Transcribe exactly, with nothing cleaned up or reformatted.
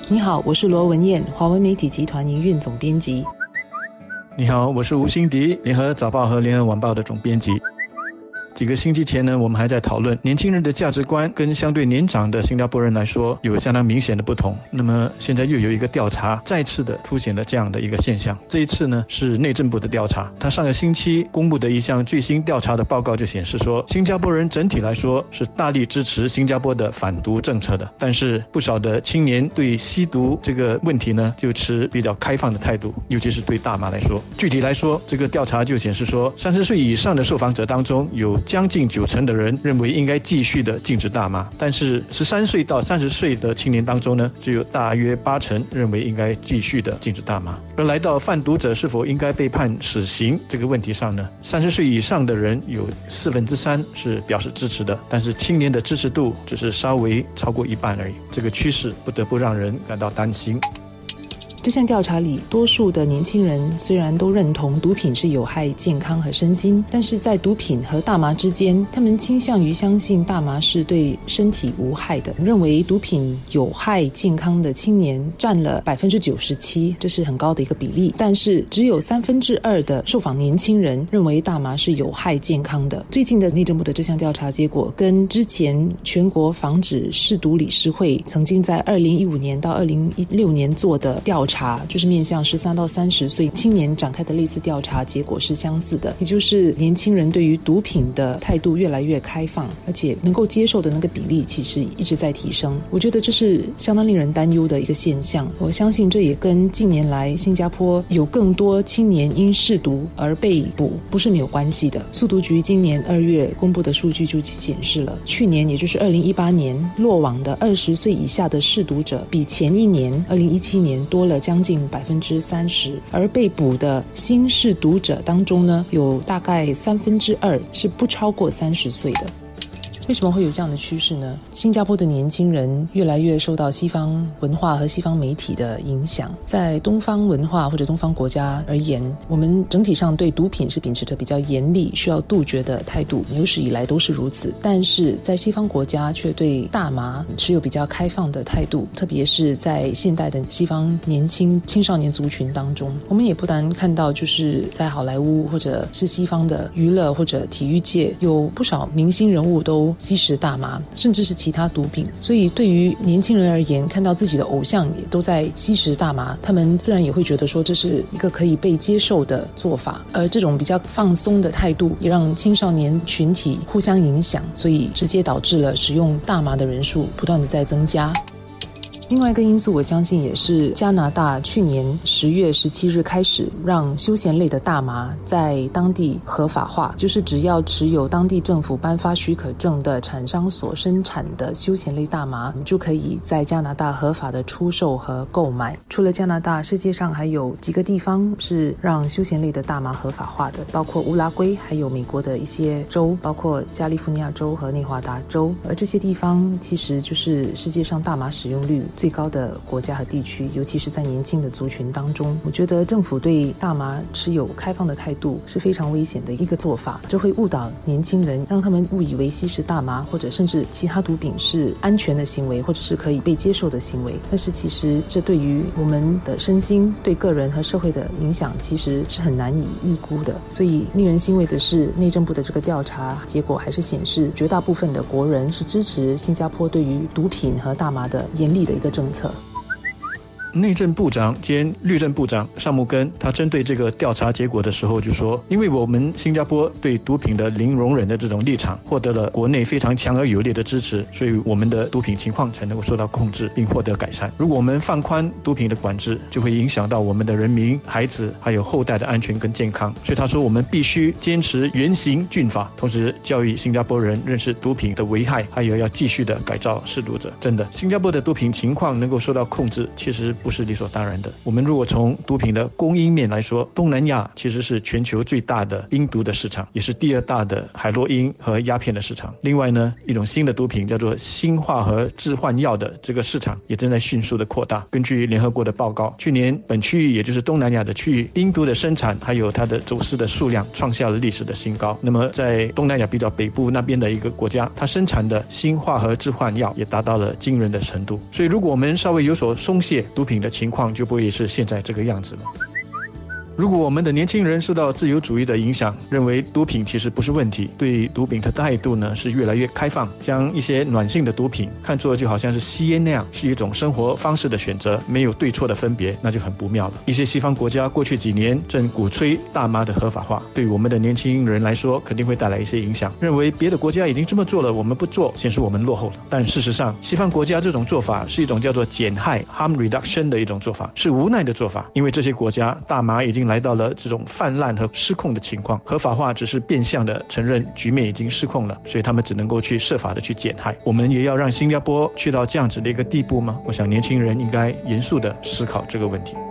你好，我是罗文燕，华文媒体集团营运总编辑。 你好，我是吴欣迪，联合早报和联合晚报的总编辑。几个星期前呢，我们还在讨论年轻人的价值观跟相对年长的新加坡人来说有相当明显的不同。那么现在又有一个调查再次的凸显了这样的一个现象。这一次呢是内政部的调查，他上个星期公布的一项最新调查的报告就显示说，新加坡人整体来说是大力支持新加坡的反毒政策的，但是不少的青年对吸毒这个问题呢就持比较开放的态度，尤其是对大麻来说。具体来说，这个调查就显示说，三十岁以上的受访者当中有将近九成的人认为应该继续的禁止大麻，但是十三岁到三十岁的青年当中呢，只有大约八成认为应该继续的禁止大麻。而来到贩毒者是否应该被判死刑这个问题上呢，三十岁以上的人有四分之三是表示支持的，但是青年的支持度只是稍微超过一半而已。这个趋势不得不让人感到担心。 这项调查里，多数的年轻人虽然都认同毒品是有害健康和身心，但是在毒品和大麻之间，他们倾向于相信大麻是对身体无害的，认为毒品有害健康的青年占了百分之九十七，这是很高的一个比例。但是只有三分之二的受访年轻人认为大麻是有害健康的。最近的内政部的这项调查结果，跟之前全国防止试毒理事会曾经在二零一五年到二零一六年做的调查。就是面向十三到三十岁青年展开的类似调查结果是相似的，也就是年轻人对于毒品的态度越来越开放，而且能够接受的那个比例其实一直在提升。我觉得这是相当令人担忧的一个现象。我相信这也跟近年来新加坡有更多青年因试毒而被捕不是没有关系的。速毒局今年二月公布的数据就显示了，去年也就是二零一八年落网的二十岁以下的试毒者比前一年二零一七年多了将近百分之三十，而被捕的新试毒者当中呢，有大概三分之二是不超过三十岁的。为什么会有这样的趋势呢？新加坡的年轻人越来越受到西方文化和西方媒体的影响。在东方文化或者东方国家而言，我们整体上对毒品是秉持着比较严厉需要杜绝的态度，有史以来都是如此。但是在西方国家却对大麻持有比较开放的态度，特别是在现代的西方年轻青少年族群当中，我们也不难看到，就是在好莱坞或者是西方的娱乐或者体育界，有不少明星人物都吸食大麻，甚至是其他毒品。所以对于年轻人而言，看到自己的偶像也都在吸食大麻，他们自然也会觉得说这是一个可以被接受的做法。而这种比较放松的态度也让青少年群体互相影响，所以直接导致了使用大麻的人数不断的在增加。另外一个因素，我相信也是加拿大去年十月十七日开始让休闲类的大麻在当地合法化，就是只要持有当地政府颁发许可证的厂商所生产的休闲类大麻，就可以在加拿大合法的出售和购买。除了加拿大，世界上还有几个地方是让休闲类的大麻合法化的，包括乌拉圭，还有美国的一些州，包括加利福尼亚州和内华达州。而这些地方其实就是世界上大麻使用率最高的国家和地区，尤其是在年轻的族群当中。我觉得政府对大麻持有开放的态度是非常危险的一个做法，这会误导年轻人，让他们误以为吸食大麻或者甚至其他毒品是安全的行为，或者是可以被接受的行为。但是其实这对于我们的身心、对个人和社会的影响其实是很难以预估的。所以令人欣慰的是，内政部的这个调查结果还是显示，绝大部分的国人是支持新加坡对于毒品和大麻的严厉的一个政策。 内政部长兼律政部长尚木根，他针对这个调查结果的时候就说，因为我们新加坡对毒品的零容忍的这种立场获得了国内非常强而有力的支持，所以我们的毒品情况才能够受到控制并获得改善。如果我们放宽毒品的管制，就会影响到我们的人民、孩子还有后代的安全跟健康。所以他说，我们必须坚持严刑峻法，同时教育新加坡人认识毒品的危害，还有要继续的改造试毒者。真的，新加坡的毒品情况能够受到控制，其实不是理所当然的。我们如果从毒品的供应面来说，东南亚其实是全球最大的冰毒的市场，也是第二大的海洛因和鸦片的市场。另外呢，一种新的毒品叫做新化合致幻药的这个市场也正在迅速的扩大。根据联合国的报告，去年本区域也就是东南亚的区域，冰毒的生产还有它的走私的数量创下了历史的新高。那么在东南亚比较北部那边的一个国家，它生产的新化合致幻药也达到了惊人的程度。所以如果我们稍微有所松懈，毒品的情况就不会是现在这个样子了。如果我们的年轻人受到自由主义的影响，认为毒品其实不是问题，对毒品的态度呢是越来越开放，将一些暖性的毒品看作就好像是吸烟那样，是一种生活方式的选择，没有对错的分别，那就很不妙了。一些西方国家过去几年正鼓吹大麻的合法化，对我们的年轻人来说肯定会带来一些影响，认为别的国家已经这么做了，我们不做，显示我们落后了。但事实上，西方国家这种做法是一种叫做减害 harm reduction 的一种做法，是无奈的做法，因为这些国家大麻已经来到了这种泛滥和失控的情况，合法化只是变相的承认局面已经失控了，所以他们只能够去设法的去减害。我们也要让新加坡去到这样子的一个地步吗？我想年轻人应该严肃的思考这个问题。